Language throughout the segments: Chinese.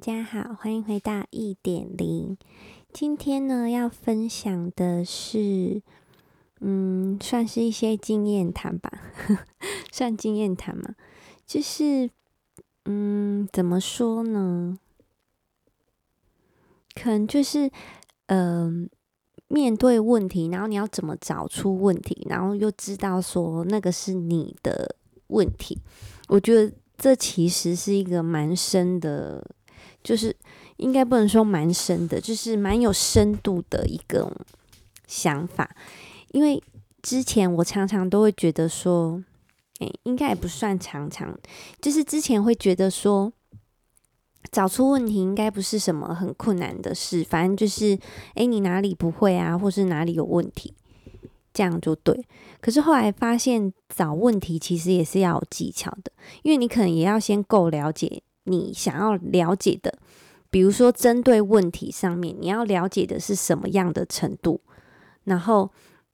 家好，欢迎回到1.0。今天呢，要分享的是，算是一些经验谈吧，算经验谈嘛，就是，怎么说呢？可能就是，面对问题，然后你要怎么找出问题，然后又知道说那个是你的问题。我觉得这其实是一个蛮深的，就是应该不能说蛮深的，就是蛮有深度的一个想法。因为之前我常常都会觉得说，应该也不算常常，就是之前会觉得说，找出问题应该不是什么很困难的事，反正就是你哪里不会啊，或是哪里有问题，这样就对。可是后来发现找问题其实也是要有技巧的，因为你可能也要先够了解你想要了解的，比如说针对问题上面，你要了解的是什么样的程度，然后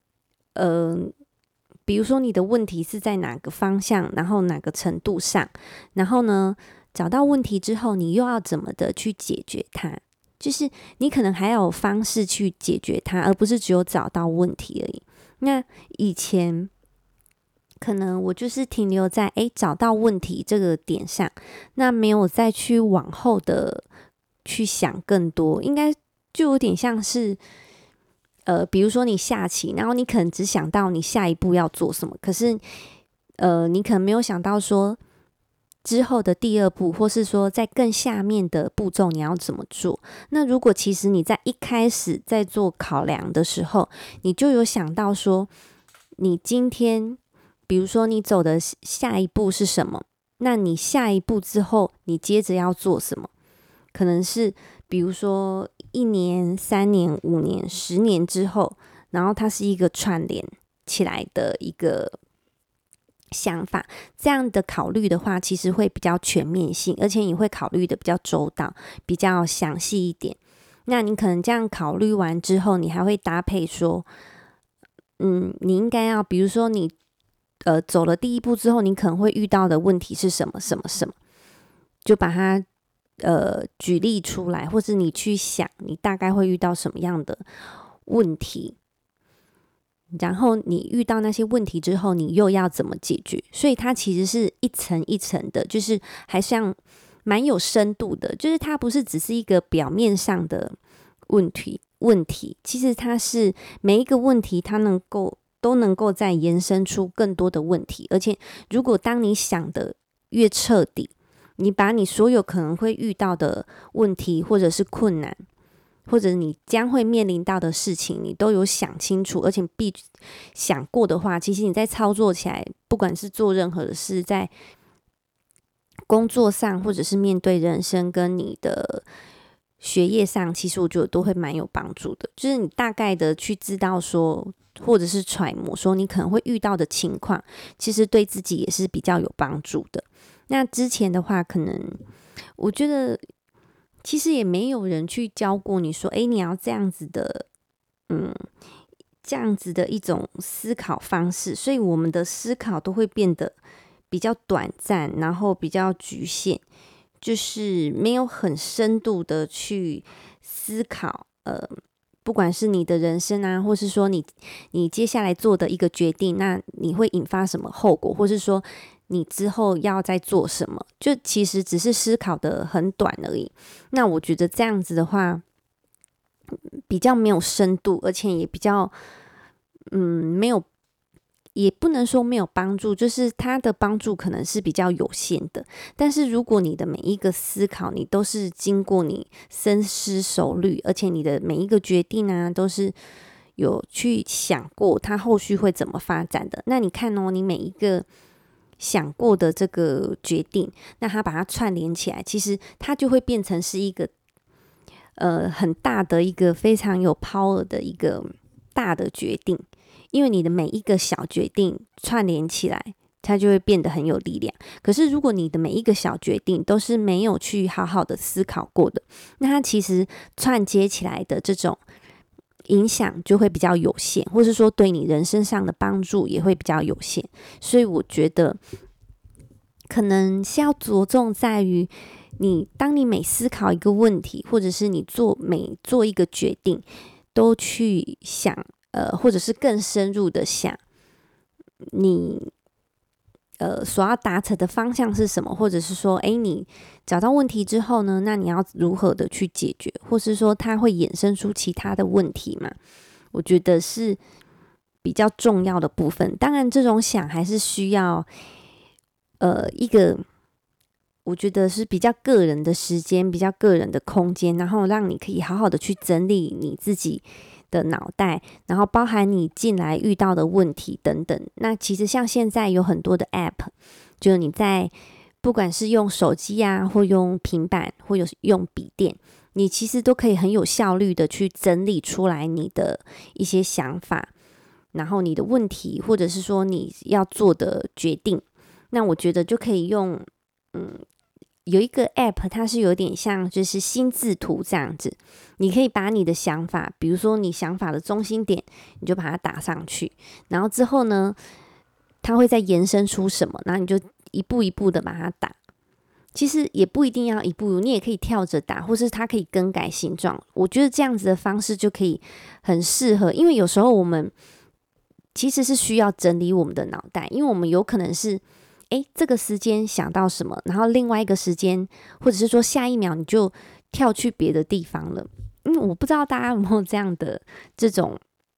比如说你的问题是在哪个方向，然后哪个程度上，然后呢，找到问题之后，你又要怎么的去解决它？就是你可能还有方式去解决它，而不是只有找到问题而已。那以前可能我就是停留在找到问题这个点上，那没有再去往后的去想更多，应该就有点像是比如说你下棋，然后你可能只想到你下一步要做什么，可是你可能没有想到说之后的第二步，或是说在更下面的步骤你要怎么做。那如果其实你在一开始在做考量的时候，你就有想到说，你今天比如说你走的下一步是什么，那你下一步之后你接着要做什么，可能是比如说1年、3年、5年、10年之后，然后它是一个串联起来的一个想法。这样的考虑的话，其实会比较全面性，而且你会考虑的比较周到，比较详细一点。那你可能这样考虑完之后，你还会搭配说，你应该要，比如说你走了第一步之后，你可能会遇到的问题是什么什么什么，就把它举例出来，或是你去想你大概会遇到什么样的问题，然后你遇到那些问题之后，你又要怎么解决？所以它其实是一层一层的，就是还像蛮有深度的，就是它不是只是一个表面上的问题，其实它是每一个问题，它都能够再延伸出更多的问题，而且如果当你想的越彻底，你把你所有可能会遇到的问题，或者是困难，或者你将会面临到的事情，你都有想清楚，而且想过的话，其实你在操作起来，不管是做任何的事，在工作上，或者是面对人生跟你的学业上，其实我觉得都会蛮有帮助的。就是你大概的去知道说，或者是揣摩说你可能会遇到的情况，其实对自己也是比较有帮助的。那之前的话，可能我觉得其实也没有人去教过你说，你要这样子的，嗯，这样子的一种思考方式，所以我们的思考都会变得比较短暂，然后比较局限，就是没有很深度的去思考，不管是你的人生啊，或是说你接下来做的一个决定，那你会引发什么后果，或是说你之后要再做什么，就其实只是思考的很短而已。那我觉得这样子的话，比较没有深度，而且也比较没有，也不能说没有帮助，就是它的帮助可能是比较有限的。但是如果你的每一个思考，你都是经过你深思熟虑，而且你的每一个决定啊，都是有去想过它后续会怎么发展的。那你看哦，你每一个想过的这个决定，那它把它串联起来，其实它就会变成是一个很大的一个非常有 power 的一个大的决定。因为你的每一个小决定串联起来，它就会变得很有力量。可是如果你的每一个小决定都是没有去好好的思考过的，那它其实串接起来的这种影响就会比较有限，或是说对你人生上的帮助也会比较有限。所以我觉得可能是要着重在于当你每思考一个问题，或者是你每做一个决定，都去想，或者是更深入的想，你所要达成的方向是什么，或者是说，你找到问题之后呢，那你要如何的去解决，或是说它会衍生出其他的问题嘛？我觉得是比较重要的部分。当然，这种想还是需要一个我觉得是比较个人的时间，比较个人的空间，然后让你可以好好的去整理你自己的脑袋，然后包含你进来遇到的问题等等。那其实像现在有很多的 App， 就是你在不管是用手机啊，或用平板，或用笔电，你其实都可以很有效率的去整理出来你的一些想法，然后你的问题，或者是说你要做的决定。那我觉得就可以用有一个 app， 它是有点像就是心智图这样子，你可以把你的想法，比如说你想法的中心点，你就把它打上去，然后之后呢，它会再延伸出什么，然后你就一步一步的把它打。其实也不一定要一步，你也可以跳着打，或是它可以更改形状。我觉得这样子的方式就可以很适合，因为有时候我们其实是需要整理我们的脑袋，因为我们有可能是这个时间想到什么，然后另外一个时间，或者是说下一秒你就跳去别的地方了。我不知道大家有没有这样的这种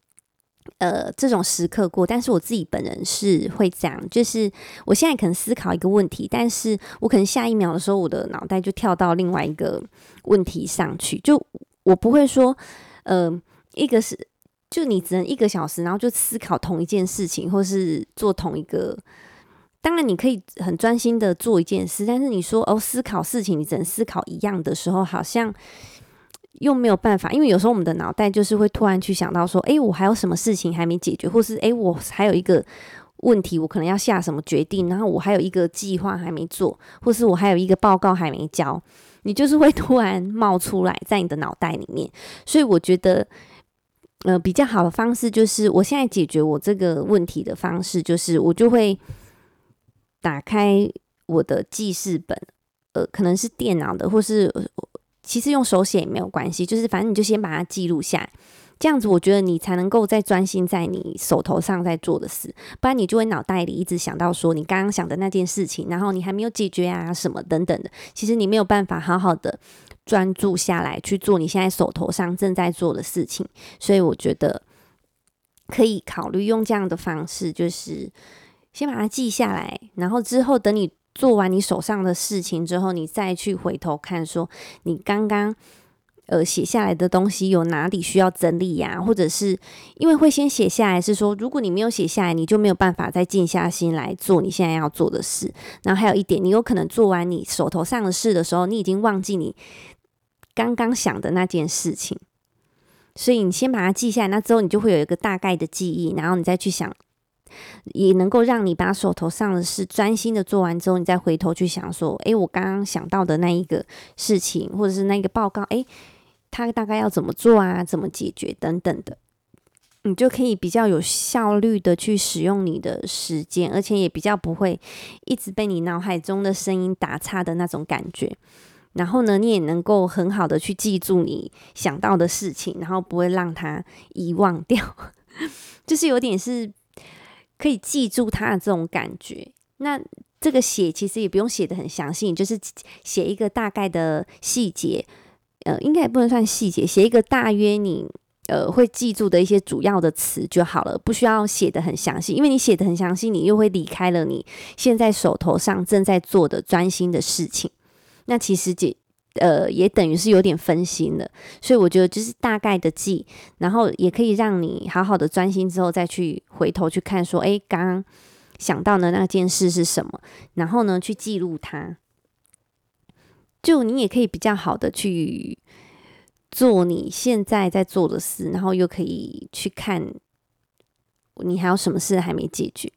时刻过，但是我自己本人是会这样，就是我现在可能思考一个问题，但是我可能下一秒的时候，我的脑袋就跳到另外一个问题上去，就我不会说，一个是就你只能1个小时，然后就思考同一件事情，或是做同一个。当然，你可以很专心的做一件事，但是你说思考事情，你只能思考一样的时候，好像又没有办法，因为有时候我们的脑袋就是会突然去想到说，我还有什么事情还没解决，或是我还有一个问题，我可能要下什么决定，然后我还有一个计划还没做，或是我还有一个报告还没交，你就是会突然冒出来在你的脑袋里面。所以我觉得比较好的方式就是我现在解决我这个问题的方式就是我就会打开我的记事本，可能是电脑的，或是其实用手写也没有关系，就是反正你就先把它记录下来，这样子我觉得你才能够再专心在你手头上在做的事，不然你就会脑袋里一直想到说你刚刚想的那件事情，然后你还没有解决啊什么等等的，其实你没有办法好好的专注下来去做你现在手头上正在做的事情。所以我觉得可以考虑用这样的方式，就是先把它记下来，然后之后等你做完你手上的事情之后，你再去回头看说你刚刚写下来的东西有哪里需要整理呀，或者是因为会先写下来，是说如果你没有写下来，你就没有办法再静下心来做你现在要做的事。然后还有一点，你有可能做完你手头上的事的时候，你已经忘记你刚刚想的那件事情，所以你先把它记下来，那之后你就会有一个大概的记忆，然后你再去想，也能够让你把手头上的事专心的做完之后，你再回头去想说，我刚刚想到的那一个事情，或者是那个报告，它大概要怎么做啊，怎么解决等等的，你就可以比较有效率的去使用你的时间，而且也比较不会一直被你脑海中的声音打岔的那种感觉。然后呢，你也能够很好的去记住你想到的事情，然后不会让它遗忘掉就是有点是可以记住它的这种感觉。那这个写其实也不用写得很详细，你就是写一个大概的细节，应该也不能算细节，写一个大约你会记住的一些主要的词就好了，不需要写得很详细，因为你写得很详细，你又会离开了你现在手头上正在做的专心的事情，那其实也等于是有点分心了。所以我觉得就是大概的记，然后也可以让你好好的专心之后再去回头去看说，刚刚想到的那件事是什么，然后呢去记录它，就你也可以比较好的去做你现在在做的事，然后又可以去看你还有什么事还没解决。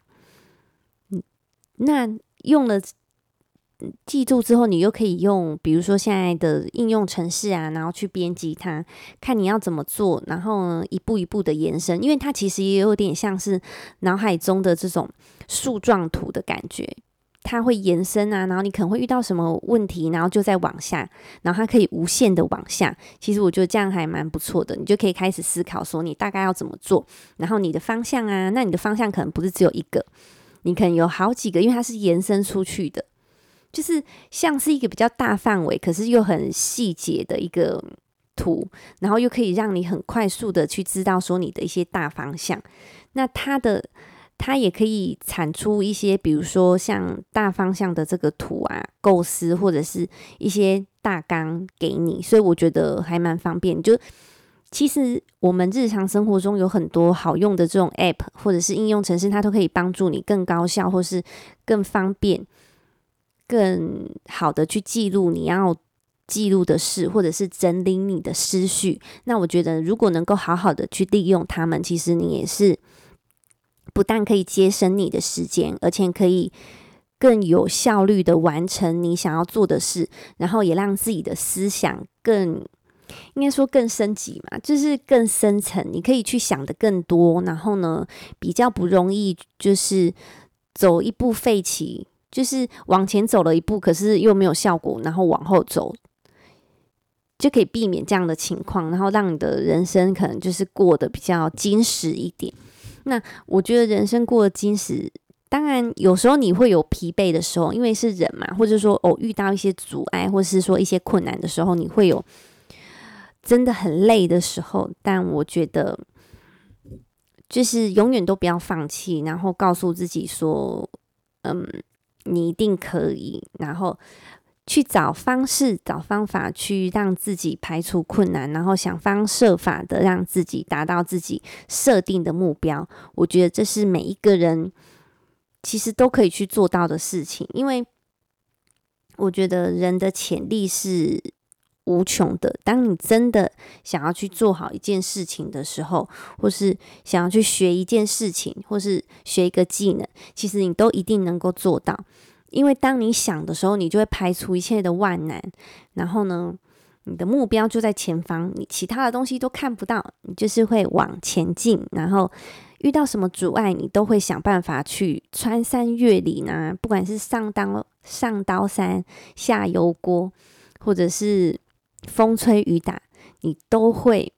那用了记住之后，你又可以用比如说现在的应用程式啊，然后去编辑它，看你要怎么做，然后呢一步一步的延伸，因为它其实也有点像是脑海中的这种树状图的感觉， 它会延伸啊，然后你可能会遇到什么问题，然后就再往下，然后它可以无限的往下。其实我觉得这样还蛮不错的，你就可以开始思考说你大概要怎么做，然后你的方向啊，那你的方向可能不是只有一个，你可能有好几个，因为它是延伸出去的，就是像是一个比较大范围，可是又很细节的一个图，然后又可以让你很快速的去知道说你的一些大方向。那它也可以产出一些，比如说像大方向的这个图啊、构思，或者是一些大纲给你，所以我觉得还蛮方便。就其实我们日常生活中有很多好用的这种 app 或者是应用程式，它都可以帮助你更高效，或是更方便、更好的去记录你要记录的事，或者是整理你的思绪。那我觉得如果能够好好的去利用它们，其实你也是不但可以节省你的时间，而且可以更有效率的完成你想要做的事，然后也让自己的思想应该说更升级嘛，就是更深层，你可以去想的更多，然后呢，比较不容易就是走一步废棋，就是往前走了一步，可是又没有效果，然后往后走，就可以避免这样的情况，然后让你的人生可能就是过得比较精实一点。那我觉得人生过得精实，当然有时候你会有疲惫的时候，因为是人嘛，或者说遇到一些阻碍，或是说一些困难的时候，你会有真的很累的时候。但我觉得就是永远都不要放弃，然后告诉自己说你一定可以，然后去找方式、找方法去让自己排除困难，然后想方设法的让自己达到自己设定的目标。我觉得这是每一个人其实都可以去做到的事情，因为我觉得人的潜力是无穷的。当你真的想要去做好一件事情的时候，或是想要去学一件事情，或是学一个技能，其实你都一定能够做到。因为当你想的时候，你就会排除一切的万难，然后呢，你的目标就在前方，你其他的东西都看不到，你就是会往前进，然后遇到什么阻碍，你都会想办法去穿山越岭啊，不管是上刀山下油锅，或者是风吹雨打，你都会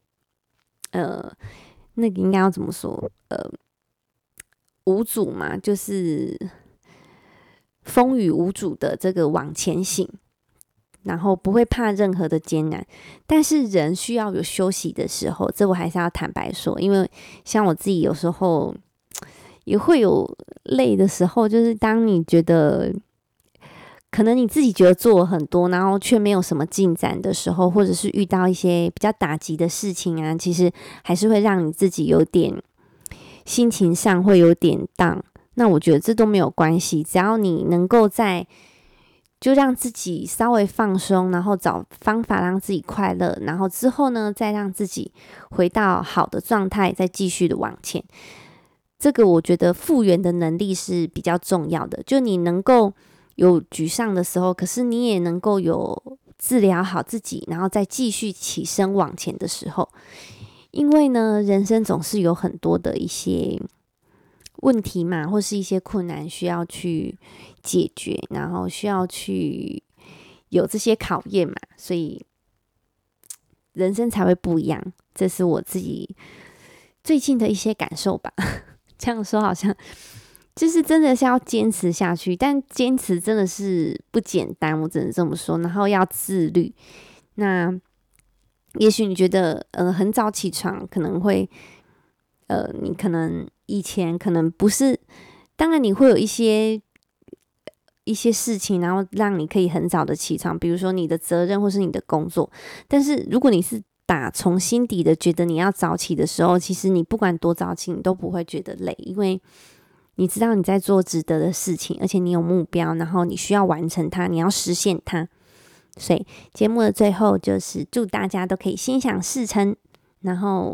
那个应该要怎么说？无阻嘛，就是风雨无阻的这个往前行，然后不会怕任何的艰难。但是人需要有休息的时候，这我还是要坦白说，因为像我自己有时候也会有累的时候，就是当你觉得可能你自己觉得做了很多，然后却没有什么进展的时候，或者是遇到一些比较打击的事情啊，其实还是会让你自己有点心情上会有点down。那我觉得这都没有关系，只要你能够就让自己稍微放松，然后找方法让自己快乐，然后之后呢，再让自己回到好的状态，再继续的往前。这个我觉得复原的能力是比较重要的，就你能够有沮丧的时候，可是你也能够有治疗好自己，然后再继续起身往前的时候。因为呢，人生总是有很多的一些问题嘛，或是一些困难需要去解决，然后需要去有这些考验嘛，所以人生才会不一样。这是我自己最近的一些感受吧。这样说好像就是真的是要坚持下去，但坚持真的是不简单，我只能这么说。然后要自律。那也许你觉得很早起床可能会你可能以前可能不是，当然你会有一些事情，然后让你可以很早的起床，比如说你的责任或是你的工作。但是如果你是打从心底的觉得你要早起的时候，其实你不管多早起，你都不会觉得累，因为你知道你在做值得的事情，而且你有目标，然后你需要完成它，你要实现它。所以节目的最后就是祝大家都可以心想事成，然后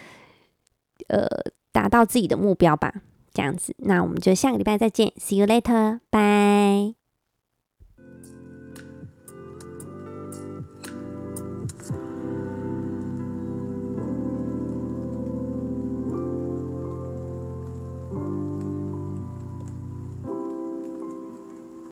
达到自己的目标吧，这样子。那我们就下个礼拜再见， See you later， 拜。